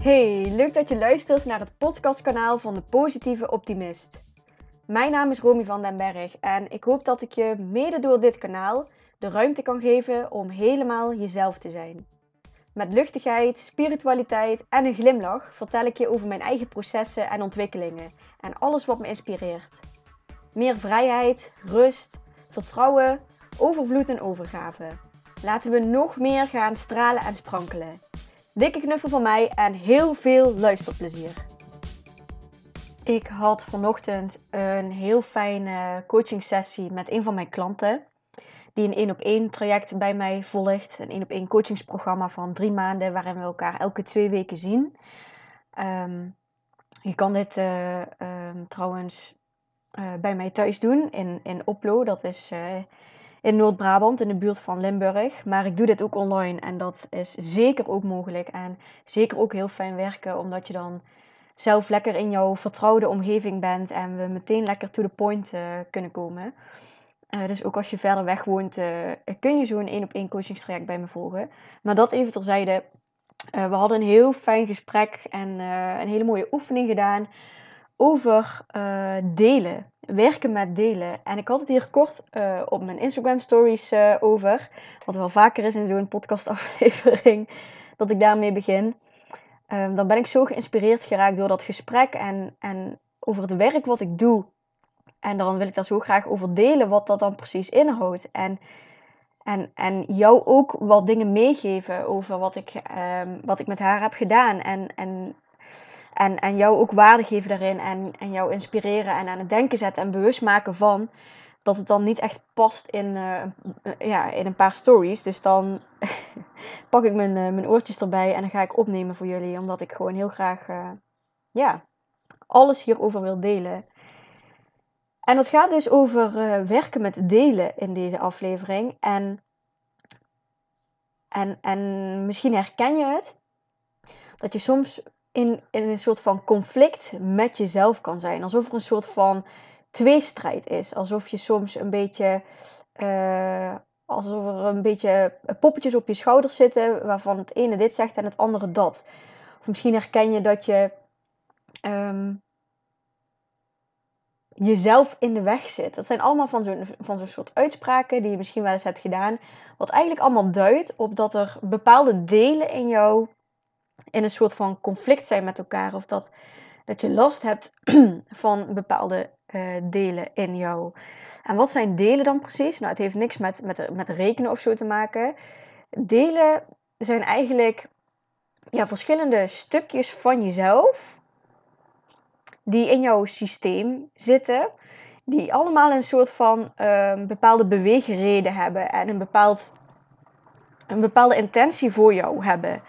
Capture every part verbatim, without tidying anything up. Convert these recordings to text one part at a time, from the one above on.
Hey, leuk dat je luistert naar het podcastkanaal van de Positieve Optimist. Mijn naam is Romy van den Berg en ik hoop dat ik je mede door dit kanaal de ruimte kan geven om helemaal jezelf te zijn. Met luchtigheid, spiritualiteit en een glimlach vertel ik je over mijn eigen processen en ontwikkelingen en alles wat me inspireert. Meer vrijheid, rust, vertrouwen, overvloed en overgave. Laten we nog meer gaan stralen en sprankelen. Dikke knuffel van mij en heel veel luisterplezier. Ik had vanochtend een heel fijne coaching sessie met een van mijn klanten. Die een één op één traject bij mij volgt. Een één op één coachingsprogramma van drie maanden waarin we elkaar elke twee weken zien. Um, je kan dit uh, um, trouwens uh, bij mij thuis doen in, in Oplo. Dat is uh, in Noord-Brabant, in de buurt van Limburg. Maar ik doe dit ook online en dat is zeker ook mogelijk. En zeker ook heel fijn werken, omdat je dan zelf lekker in jouw vertrouwde omgeving bent. En we meteen lekker to the point uh, kunnen komen. Uh, dus ook als je verder weg woont, uh, kun je zo'n één op één coachingstraject bij me volgen. Maar dat even terzijde. Uh, we hadden een heel fijn gesprek en uh, een hele mooie oefening gedaan over uh, delen. Werken met delen. En ik had het hier kort uh, op mijn Instagram stories uh, over. Wat wel vaker is in zo'n podcastaflevering. Dat ik daarmee begin. Um, dan ben ik zo geïnspireerd geraakt door dat gesprek. En, en over het werk wat ik doe. En dan wil ik daar zo graag over delen wat dat dan precies inhoudt. En, en, en jou ook wat dingen meegeven over wat ik, um, wat ik met haar heb gedaan. En, en, en, en jou ook waarde geven daarin. En, en jou inspireren en aan het denken zetten en bewust maken van dat het dan niet echt past in, uh, ja, in een paar stories. Dus dan pak ik mijn, uh, mijn oortjes erbij en dan ga ik opnemen voor jullie. Omdat ik gewoon heel graag uh, ja, alles hierover wil delen. En dat gaat dus over uh, werken met delen in deze aflevering. En, en, en misschien herken je het. Dat je soms in, in een soort van conflict met jezelf kan zijn. Alsof er een soort van tweestrijd is. Alsof je soms een beetje... Uh, alsof er een beetje poppetjes op je schouders zitten. Waarvan het ene dit zegt en het andere dat. Of misschien herken je dat je... Um, jezelf in de weg zit. Dat zijn allemaal van zo'n, van zo'n soort uitspraken die je misschien wel eens hebt gedaan. Wat eigenlijk allemaal duidt op dat er bepaalde delen in jou in een soort van conflict zijn met elkaar. Of dat, dat je last hebt van bepaalde uh, delen in jou. En wat zijn delen dan precies? Nou, het heeft niks met, met, met rekenen of zo te maken. Delen zijn eigenlijk ja, verschillende stukjes van jezelf die in jouw systeem zitten, die allemaal een soort van uh, bepaalde beweegreden hebben en een, bepaald, een bepaalde intentie voor jou hebben.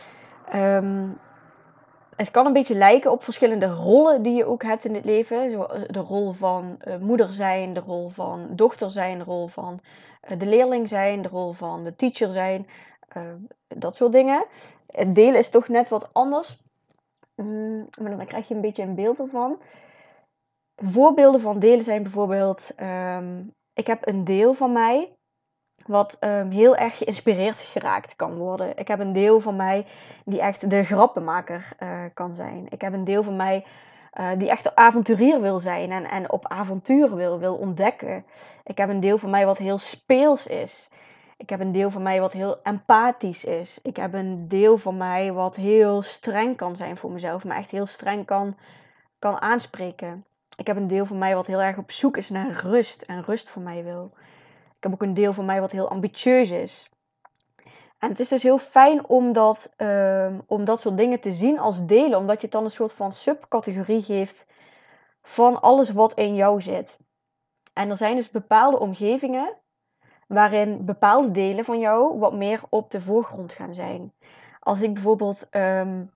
Um, het kan een beetje lijken op verschillende rollen die je ook hebt in het leven. Zo de rol van uh, moeder zijn, de rol van dochter zijn, de rol van uh, de leerling zijn, de rol van de teacher zijn. Uh, dat soort dingen. Het delen is toch net wat anders. Mm, maar dan krijg je een beetje een beeld ervan. Voorbeelden van delen zijn bijvoorbeeld... Um, ik heb een deel van mij wat um, heel erg geïnspireerd geraakt kan worden. Ik heb een deel van mij die echt de grappenmaker uh, kan zijn. Ik heb een deel van mij uh, die echt een avonturier wil zijn en, en op avontuur wil, wil ontdekken. Ik heb een deel van mij wat heel speels is. Ik heb een deel van mij wat heel empathisch is. Ik heb een deel van mij wat heel streng kan zijn voor mezelf, maar echt heel streng kan, kan aanspreken. Ik heb een deel van mij wat heel erg op zoek is naar rust en rust voor mij wil. Ik heb ook een deel van mij wat heel ambitieus is. En het is dus heel fijn om dat, uh, om dat soort dingen te zien als delen. Omdat je het dan een soort van subcategorie geeft van alles wat in jou zit. En er zijn dus bepaalde omgevingen waarin bepaalde delen van jou wat meer op de voorgrond gaan zijn. Als ik bijvoorbeeld um,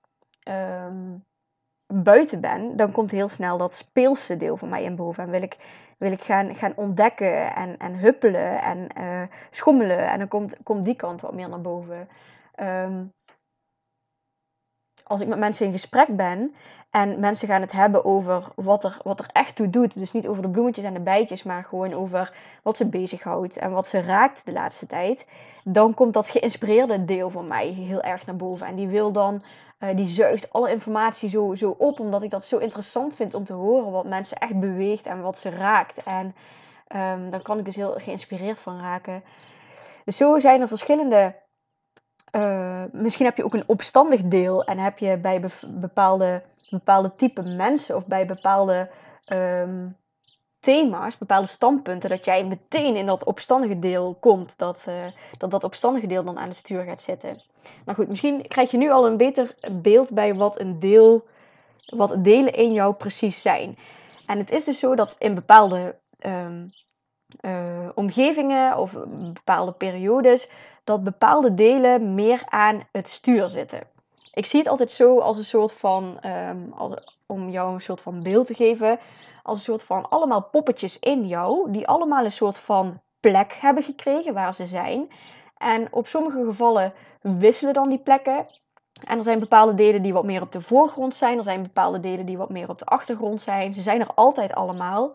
um, buiten ben, dan komt heel snel dat speelse deel van mij in boven. En wil ik, wil ik gaan, gaan ontdekken en, en huppelen en uh, schommelen. En dan komt, komt die kant wat meer naar boven. Um, als ik met mensen in gesprek ben en mensen gaan het hebben over wat er, wat er echt toe doet. Dus niet over de bloemetjes en de bijtjes, maar gewoon over wat ze bezighoudt en wat ze raakt de laatste tijd. Dan komt dat geïnspireerde deel van mij heel erg naar boven. En die wil dan, uh, die zuigt alle informatie zo, zo op, omdat ik dat zo interessant vind om te horen wat mensen echt beweegt en wat ze raakt. En um, dan kan ik dus heel geïnspireerd van raken. Dus zo zijn er verschillende... Uh, misschien heb je ook een opstandig deel en heb je bij be- bepaalde, bepaalde type mensen of bij bepaalde um, thema's, bepaalde standpunten, dat jij meteen in dat opstandige deel komt, dat, uh, dat dat opstandige deel dan aan het stuur gaat zitten. Nou goed, misschien krijg je nu al een beter beeld bij wat een deel, wat delen in jou precies zijn. En het is dus zo dat in bepaalde um, uh, omgevingen of bepaalde periodes, dat bepaalde delen meer aan het stuur zitten. Ik zie het altijd zo als een soort van, um, als, om jou een soort van beeld te geven, als een soort van allemaal poppetjes in jou, die allemaal een soort van plek hebben gekregen waar ze zijn. En op sommige gevallen wisselen dan die plekken. En er zijn bepaalde delen die wat meer op de voorgrond zijn. Er zijn bepaalde delen die wat meer op de achtergrond zijn. Ze zijn er altijd allemaal.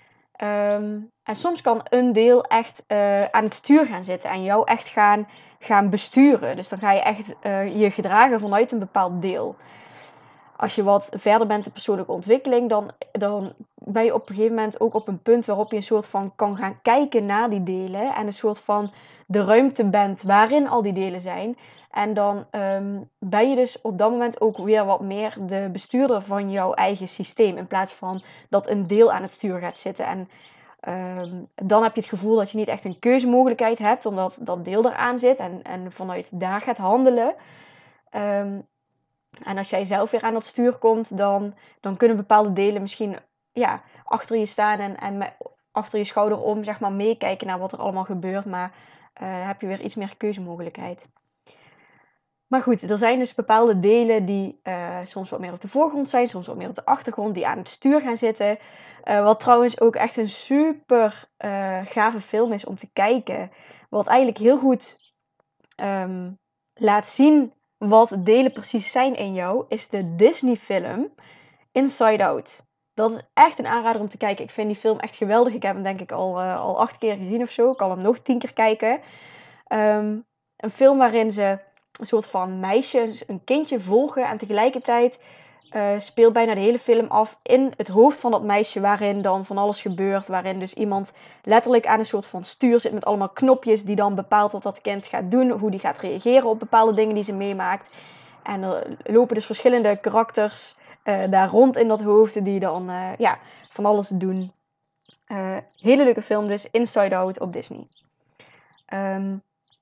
Um, en soms kan een deel echt uh, aan het stuur gaan zitten en jou echt gaan, gaan besturen. Dus dan ga je echt uh, je gedragen vanuit een bepaald deel. Als je wat verder bent in persoonlijke ontwikkeling, dan, dan ben je op een gegeven moment ook op een punt waarop je een soort van kan gaan kijken naar die delen. En een soort van de ruimte bent waarin al die delen zijn. En dan um, ben je dus op dat moment ook weer wat meer de bestuurder van jouw eigen systeem. In plaats van dat een deel aan het stuur gaat zitten. En um, dan heb je het gevoel dat je niet echt een keuzemogelijkheid hebt, omdat dat deel eraan zit en, en vanuit daar gaat handelen. Um, En als jij zelf weer aan het stuur komt, dan, dan kunnen bepaalde delen misschien ja, achter je staan en, en met, achter je schouder om zeg maar, meekijken naar wat er allemaal gebeurt. Maar uh, heb je weer iets meer keuzemogelijkheid. Maar goed, er zijn dus bepaalde delen die uh, soms wat meer op de voorgrond zijn, soms wat meer op de achtergrond, die aan het stuur gaan zitten. Uh, wat trouwens ook echt een super uh, gave film is om te kijken. Wat eigenlijk heel goed um, laat zien wat delen precies zijn in jou, is de Disney film Inside Out. Dat is echt een aanrader om te kijken. Ik vind die film echt geweldig. Ik heb hem denk ik al, uh, al acht keer gezien of zo. Ik kan hem nog tien keer kijken. Um, een film waarin ze een soort van meisje, een kindje volgen en tegelijkertijd uh, speelt bijna de hele film af in het hoofd van dat meisje, waarin dan van alles gebeurt, waarin dus iemand letterlijk aan een soort van stuur zit met allemaal knopjes die dan bepaalt wat dat kind gaat doen, hoe die gaat reageren op bepaalde dingen die ze meemaakt. En er lopen dus verschillende karakters uh, daar rond in dat hoofd die dan uh, ja, van alles doen. Uh, hele leuke film dus, Inside Out op Disney. Um,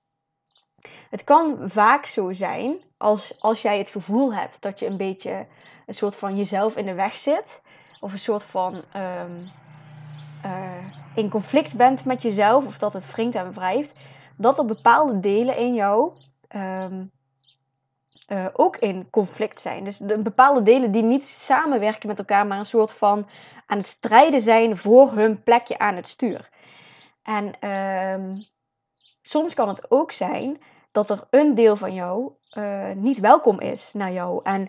Het kan vaak zo zijn, als, als jij het gevoel hebt dat je een beetje een soort van jezelf in de weg zit. Of een soort van um, uh, in conflict bent met jezelf. Of dat het wringt en wrijft. Dat er bepaalde delen in jou um, uh, ook in conflict zijn. Dus de bepaalde delen die niet samenwerken met elkaar. Maar een soort van aan het strijden zijn voor hun plekje aan het stuur. En um, soms kan het ook zijn dat er een deel van jou uh, niet welkom is naar jou. En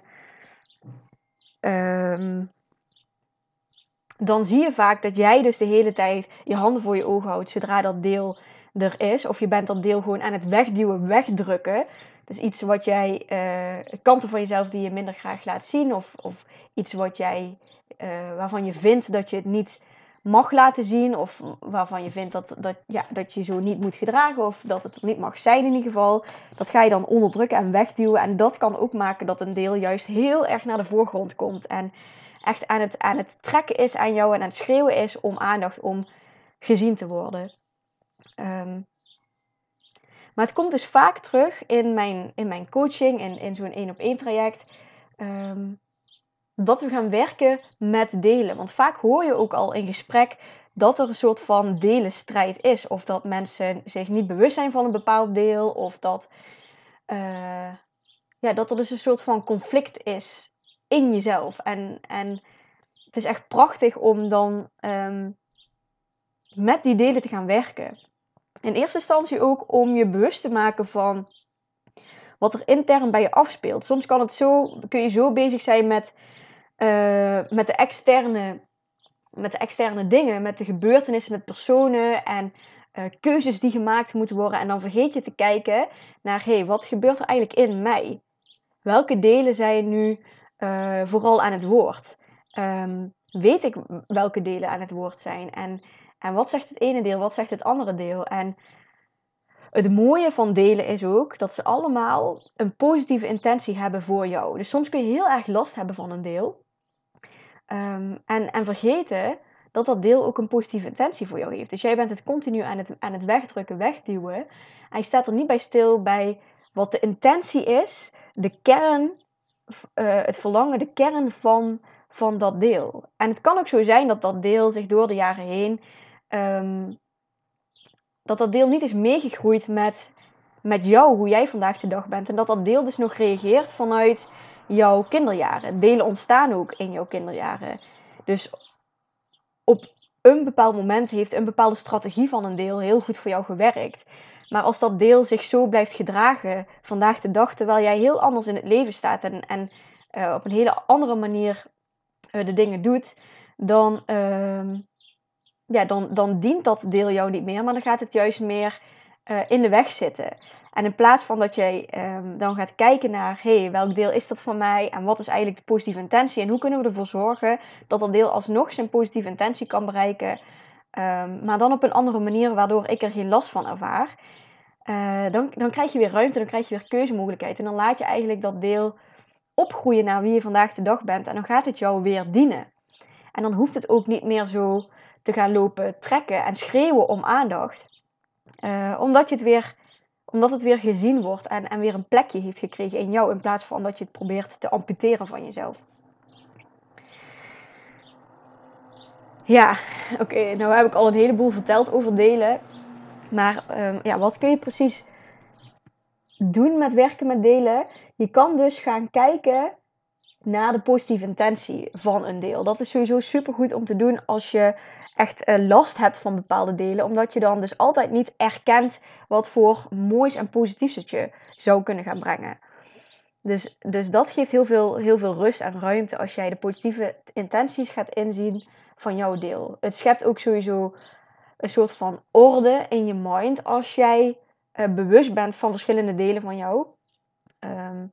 um, dan zie je vaak dat jij dus de hele tijd je handen voor je ogen houdt zodra dat deel er is. Of je bent dat deel gewoon aan het wegduwen, wegdrukken. Dus iets wat jij, uh, kanten van jezelf die je minder graag laat zien. Of, of iets wat jij, uh, waarvan je vindt dat je het niet mag laten zien. Of waarvan je vindt dat, dat, ja, dat je zo niet moet gedragen. Of dat het er niet mag zijn in ieder geval. Dat ga je dan onderdrukken en wegduwen. En dat kan ook maken dat een deel juist heel erg naar de voorgrond komt. En echt aan het, aan het trekken is aan jou en aan het schreeuwen is om aandacht, om gezien te worden. Um, maar het komt dus vaak terug in mijn, in mijn coaching, in, in zo'n één op één traject. Um, dat we gaan werken met delen. Want vaak hoor je ook al in gesprek dat er een soort van delenstrijd is. Of dat mensen zich niet bewust zijn van een bepaald deel. Of dat, uh, ja, dat er dus een soort van conflict is in jezelf. En, en het is echt prachtig om dan um, met die delen te gaan werken. In eerste instantie ook om je bewust te maken van wat er intern bij je afspeelt. Soms kan het zo, kun je zo bezig zijn met, uh, met, de externe, met de externe dingen, met de gebeurtenissen, met personen en uh, keuzes die gemaakt moeten worden. En dan vergeet je te kijken naar, hé, hey, wat gebeurt er eigenlijk in mij? Welke delen zijn nu uh, vooral aan het woord? Um, weet ik welke delen aan het woord zijn? En, en wat zegt het ene deel, wat zegt het andere deel? En het mooie van delen is ook dat ze allemaal een positieve intentie hebben voor jou. Dus soms kun je heel erg last hebben van een deel. Um, en, en vergeten dat dat deel ook een positieve intentie voor jou heeft. Dus jij bent het continu aan het, aan het wegdrukken, wegduwen. En je staat er niet bij stil bij wat de intentie is, de kern, uh, het verlangen, de kern van, van dat deel. En het kan ook zo zijn dat dat deel zich door de jaren heen... Um, dat dat deel niet is meegegroeid met, met jou, hoe jij vandaag de dag bent. En dat dat deel dus nog reageert vanuit jouw kinderjaren. Delen ontstaan ook in jouw kinderjaren. Dus op een bepaald moment heeft een bepaalde strategie van een deel heel goed voor jou gewerkt. Maar als dat deel zich zo blijft gedragen vandaag de dag, terwijl jij heel anders in het leven staat en, en uh, op een hele andere manier uh, de dingen doet, dan... Uh, Ja, dan, dan dient dat deel jou niet meer, maar dan gaat het juist meer uh, in de weg zitten. En in plaats van dat jij um, dan gaat kijken naar, hé, hey, welk deel is dat voor mij? En wat is eigenlijk de positieve intentie? En hoe kunnen we ervoor zorgen dat dat deel alsnog zijn positieve intentie kan bereiken? Um, maar dan op een andere manier, waardoor ik er geen last van ervaar. Uh, dan, dan krijg je weer ruimte, dan krijg je weer keuzemogelijkheid. En dan laat je eigenlijk dat deel opgroeien naar wie je vandaag de dag bent. En dan gaat het jou weer dienen. En dan hoeft het ook niet meer zo te gaan lopen trekken en schreeuwen om aandacht. Uh, omdat, je het weer, omdat het weer gezien wordt en, en weer een plekje heeft gekregen in jou, in plaats van dat je het probeert te amputeren van jezelf. Ja, oké, okay, nou heb ik al een heleboel verteld over delen. Maar um, ja, wat kun je precies doen met werken met delen? Je kan dus gaan kijken naar de positieve intentie van een deel. Dat is sowieso supergoed om te doen als je echt uh, last hebt van bepaalde delen. Omdat je dan dus altijd niet erkent wat voor moois en positiefs het je zou kunnen gaan brengen. Dus, dus dat geeft heel veel, heel veel rust en ruimte als jij de positieve intenties gaat inzien van jouw deel. Het schept ook sowieso een soort van orde in je mind als jij uh, bewust bent van verschillende delen van jou. Um,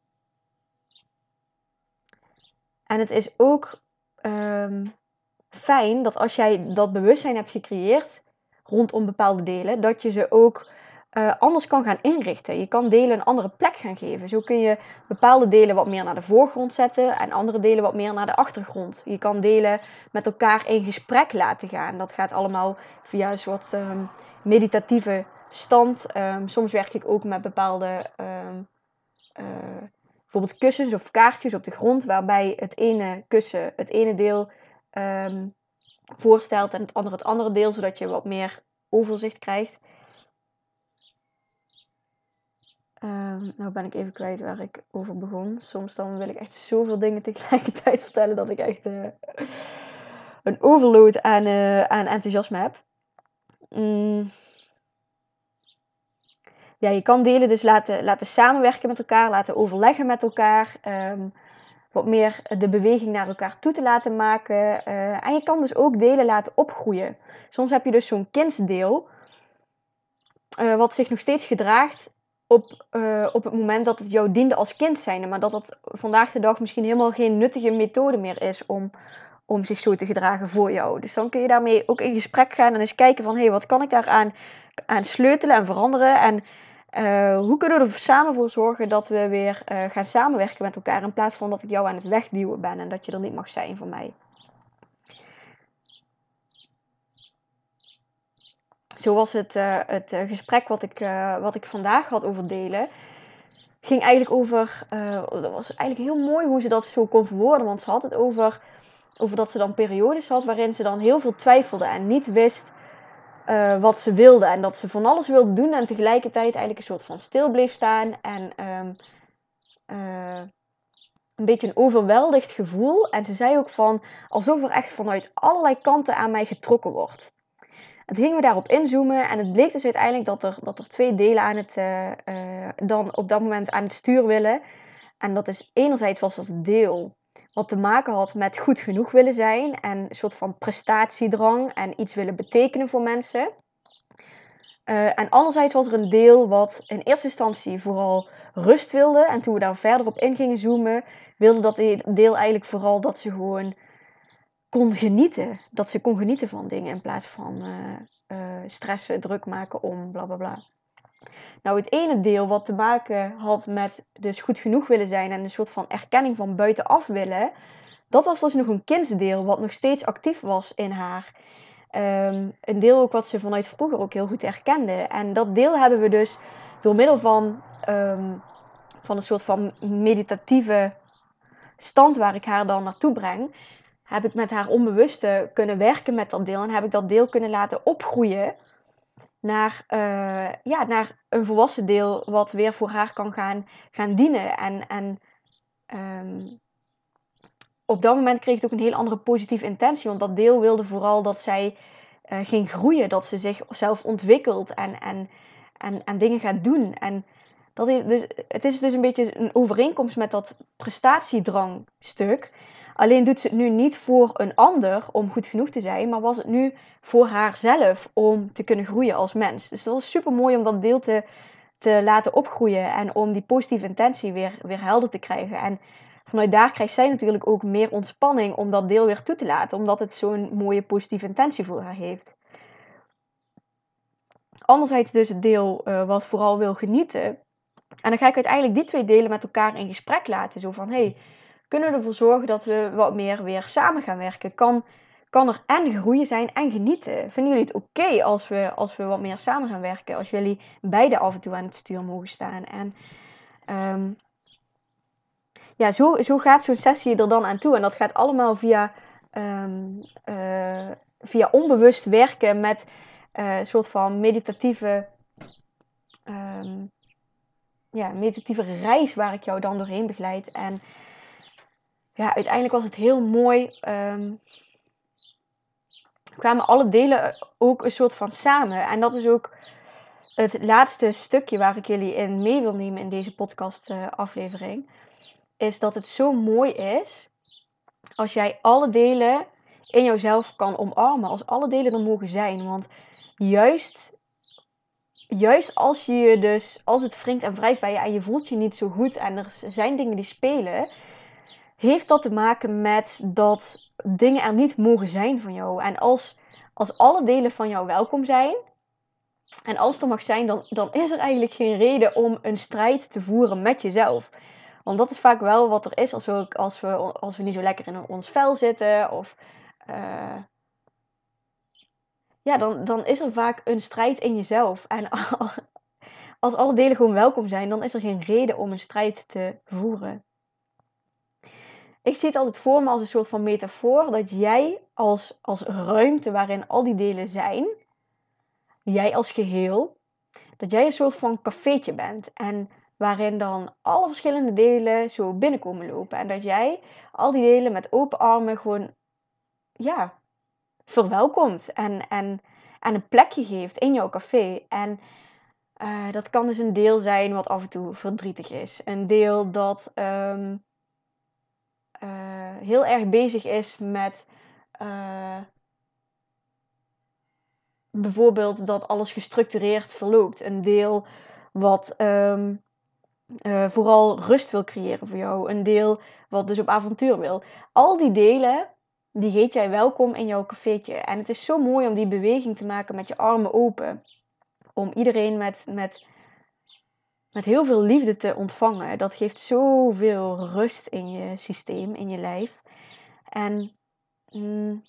En het is ook um, fijn dat als jij dat bewustzijn hebt gecreëerd rondom bepaalde delen, dat je ze ook uh, anders kan gaan inrichten. Je kan delen een andere plek gaan geven. Zo kun je bepaalde delen wat meer naar de voorgrond zetten en andere delen wat meer naar de achtergrond. Je kan delen met elkaar in gesprek laten gaan. Dat gaat allemaal via een soort um, meditatieve stand. Um, soms werk ik ook met bepaalde... Um, uh, Bijvoorbeeld kussens of kaartjes op de grond, waarbij het ene kussen het ene deel um, voorstelt en het andere het andere deel, zodat je wat meer overzicht krijgt. Um, nou ben ik even kwijt waar ik over begon. Soms dan wil ik echt zoveel dingen tegelijkertijd vertellen dat ik echt uh, een overload aan, uh, aan enthousiasme heb. Mm. Ja, je kan delen dus laten, laten samenwerken met elkaar, laten overleggen met elkaar. Um, wat meer de beweging naar elkaar toe te laten maken. Uh, en je kan dus ook delen laten opgroeien. Soms heb je dus zo'n kindsdeel, uh, wat zich nog steeds gedraagt op, uh, op het moment dat het jou diende als kind zijnde. Maar dat dat vandaag de dag misschien helemaal geen nuttige methode meer is om, om zich zo te gedragen voor jou. Dus dan kun je daarmee ook in gesprek gaan en eens kijken van, hé, hey, wat kan ik daaraan aan sleutelen en veranderen? En Uh, hoe kunnen we er samen voor zorgen dat we weer uh, gaan samenwerken met elkaar, in plaats van dat ik jou aan het wegduwen ben en dat je er niet mag zijn voor mij. Zo was het, uh, het uh, gesprek wat ik, uh, wat ik vandaag had over delen. Ging eigenlijk over, uh, dat was eigenlijk heel mooi hoe ze dat zo kon verwoorden, want ze had het over, over dat ze dan periodes had waarin ze dan heel veel twijfelde en niet wist Uh, wat ze wilde. En dat ze van alles wilde doen en tegelijkertijd eigenlijk een soort van stil bleef staan. En um, uh, een beetje een overweldigd gevoel. En ze zei ook van, alsof er echt vanuit allerlei kanten aan mij getrokken wordt. En toen gingen we daarop inzoomen en het bleek dus uiteindelijk dat er, dat er twee delen aan het, uh, uh, dan op dat moment aan het stuur willen. En dat is enerzijds was dat deel wat te maken had met goed genoeg willen zijn en een soort van prestatiedrang en iets willen betekenen voor mensen. Uh, en anderzijds was er een deel wat in eerste instantie vooral rust wilde. En toen we daar verder op in gingen zoomen, wilde dat deel eigenlijk vooral dat ze gewoon kon genieten. Dat ze kon genieten van dingen in plaats van uh, uh, stressen, druk maken om bla bla bla. Nou, het ene deel wat te maken had met dus goed genoeg willen zijn en een soort van erkenning van buitenaf willen, dat was dus nog een kindsdeel wat nog steeds actief was in haar. Um, een deel ook wat ze vanuit vroeger ook heel goed herkende. En dat deel hebben we dus door middel van, um, van een soort van meditatieve stand waar ik haar dan naartoe breng, heb ik met haar onbewuste kunnen werken met dat deel en heb ik dat deel kunnen laten opgroeien naar, uh, ja, naar een volwassen deel wat weer voor haar kan gaan, gaan dienen. En, en um, op dat moment kreeg het ook een heel andere positieve intentie, want dat deel wilde vooral dat zij uh, ging groeien, dat ze zichzelf ontwikkelt en, en, en, en dingen gaat doen. En dat is dus, het is dus een beetje een overeenkomst met dat prestatiedrangstuk. Alleen doet ze het nu niet voor een ander om goed genoeg te zijn, maar was het nu voor haarzelf om te kunnen groeien als mens. Dus dat was super mooi om dat deel te, te laten opgroeien en om die positieve intentie weer, weer helder te krijgen. En vanuit daar krijgt zij natuurlijk ook meer ontspanning om dat deel weer toe te laten, omdat het zo'n mooie positieve intentie voor haar heeft. Anderzijds dus het deel uh, wat vooral wil genieten. En dan ga ik uiteindelijk die twee delen met elkaar in gesprek laten. Zo van, hey, kunnen we ervoor zorgen dat we wat meer weer samen gaan werken? Kan, kan er en groeien zijn en genieten? Vinden jullie het oké okay als, we, als we wat meer samen gaan werken? Als jullie beide af en toe aan het stuur mogen staan? En um, ja, zo, zo gaat zo'n sessie er dan aan toe. En dat gaat allemaal via, um, uh, via onbewust werken met uh, een soort van meditatieve... Um, ja, meditatieve reis waar ik jou dan doorheen begeleid. En ja, uiteindelijk was het heel mooi. Um, kwamen alle delen ook een soort van samen. En dat is ook het laatste stukje waar ik jullie in mee wil nemen in deze podcast uh, aflevering. Is dat het zo mooi is als jij alle delen in jouzelf kan omarmen. Als alle delen er mogen zijn. Want juist... Juist als je je dus, als het wringt en wrijft bij je en je voelt je niet zo goed en er zijn dingen die spelen, heeft dat te maken met dat dingen er niet mogen zijn van jou. En als, als alle delen van jou welkom zijn, en als het er mag zijn, dan, dan is er eigenlijk geen reden om een strijd te voeren met jezelf. Want dat is vaak wel wat er is als we, als we, als we niet zo lekker in ons vel zitten of... Uh, Ja, dan, dan is er vaak een strijd in jezelf. En als alle delen gewoon welkom zijn, dan is er geen reden om een strijd te voeren. Ik zie het altijd voor me als een soort van metafoor, dat jij als, als ruimte waarin al die delen zijn, jij als geheel, dat jij een soort van cafeetje bent. En waarin dan alle verschillende delen zo binnenkomen lopen. En dat jij al die delen met open armen gewoon, ja, verwelkomt. En... en en een plekje geeft in jouw café. En uh, dat kan dus een deel zijn wat af en toe verdrietig is. Een deel dat um, uh, heel erg bezig is met uh, bijvoorbeeld dat alles gestructureerd verloopt. Een deel wat um, uh, vooral rust wil creëren voor jou. Een deel wat dus op avontuur wil. Al die delen... die heet jij welkom in jouw cafeetje. En het is zo mooi om die beweging te maken met je armen open. Om iedereen met, met, met heel veel liefde te ontvangen. Dat geeft zoveel rust in je systeem, in je lijf. En mm,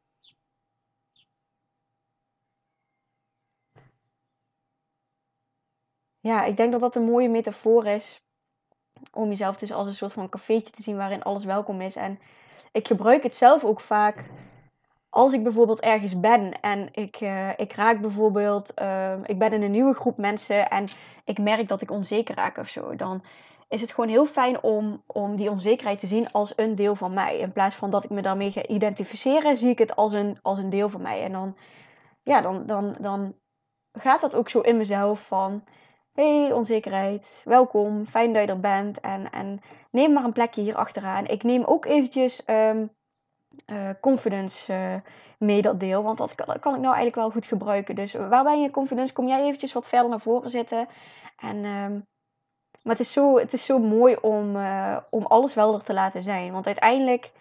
ja, ik denk dat dat een mooie metafoor is. Om jezelf dus als een soort van cafeetje te zien waarin alles welkom is. En ik gebruik het zelf ook vaak... Als ik bijvoorbeeld ergens ben en ik, uh, ik raak bijvoorbeeld, uh, ik ben in een nieuwe groep mensen en ik merk dat ik onzeker raak of zo, dan is het gewoon heel fijn om, om die onzekerheid te zien als een deel van mij. In plaats van dat ik me daarmee ga identificeren, zie ik het als een, als een deel van mij. En dan ja, dan, dan, dan gaat dat ook zo in mezelf van... Hey, onzekerheid, welkom, fijn dat je er bent. En, en neem maar een plekje hier achteraan. Ik neem ook eventjes um, uh, confidence uh, mee dat deel. Want dat kan, dat kan ik nou eigenlijk wel goed gebruiken. Dus waar ben je confidence? Kom jij eventjes wat verder naar voren zitten. En, um, maar het is, zo, het is zo mooi om, uh, om alles wel er te laten zijn. Want uiteindelijk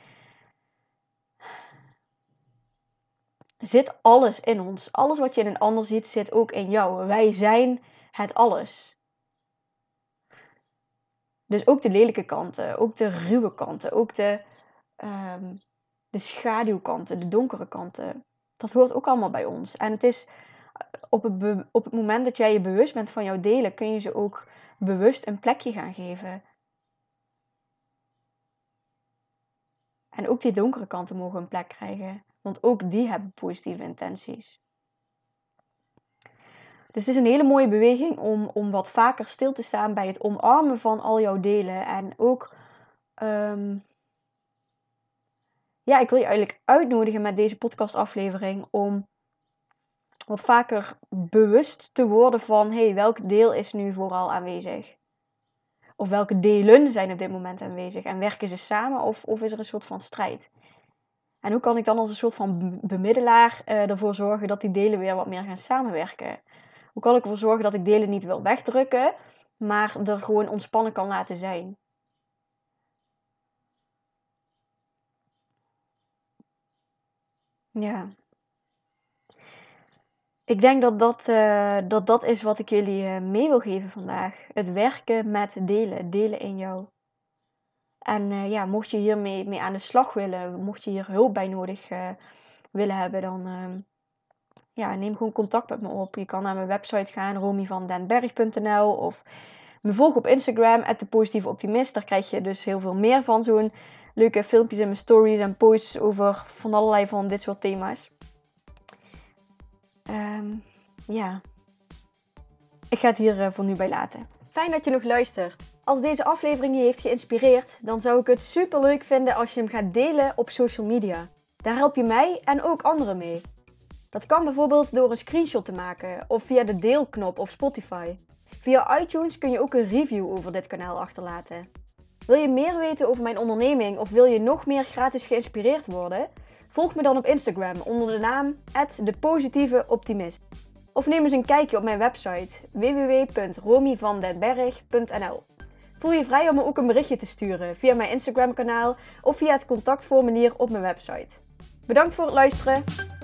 zit alles in ons. Alles wat je in een ander ziet, zit ook in jou. Wij zijn het alles. Dus ook de lelijke kanten, ook de ruwe kanten, ook de, um, de schaduwkanten, de donkere kanten. Dat hoort ook allemaal bij ons. En het is op het, be- op het moment dat jij je bewust bent van jouw delen, kun je ze ook bewust een plekje gaan geven. En ook die donkere kanten mogen een plek krijgen. Want ook die hebben positieve intenties. Dus het is een hele mooie beweging om, om wat vaker stil te staan bij het omarmen van al jouw delen. En ook, um, ja, ik wil je eigenlijk uitnodigen met deze podcastaflevering om wat vaker bewust te worden van, hé, hey, welk deel is nu vooral aanwezig? Of welke delen zijn op dit moment aanwezig? En werken ze samen of, of is er een soort van strijd? En hoe kan ik dan als een soort van bemiddelaar uh, ervoor zorgen dat die delen weer wat meer gaan samenwerken? Hoe kan ik ervoor zorgen dat ik delen niet wil wegdrukken, maar er gewoon ontspannen kan laten zijn? Ja. Ik denk dat dat, uh, dat dat is wat ik jullie uh, mee wil geven vandaag. Het werken met delen, delen in jou. En uh, ja, mocht je hiermee mee aan de slag willen, mocht je hier hulp bij nodig uh, willen hebben, dan uh, ja, neem gewoon contact met me op. Je kan naar mijn website gaan, romy van den berg punt n l, of me volgen op Instagram, at de positieve optimist. Daar krijg je dus heel veel meer van, zo'n leuke filmpjes in mijn stories en posts over van allerlei van dit soort thema's. Um, ja, ik ga het hier uh, voor nu bij laten. Fijn dat je nog luistert. Als deze aflevering je heeft geïnspireerd, dan zou ik het super leuk vinden als je hem gaat delen op social media. Daar help je mij en ook anderen mee. Dat kan bijvoorbeeld door een screenshot te maken of via de deelknop op Spotify. Via iTunes kun je ook een review over dit kanaal achterlaten. Wil je meer weten over mijn onderneming of wil je nog meer gratis geïnspireerd worden? Volg me dan op Instagram onder de naam at de positieve optimist. Of neem eens een kijkje op mijn website w w w punt romy van den berg punt n l. Voel je vrij om me ook een berichtje te sturen via mijn Instagram kanaal of via het contactformulier op mijn website. Bedankt voor het luisteren!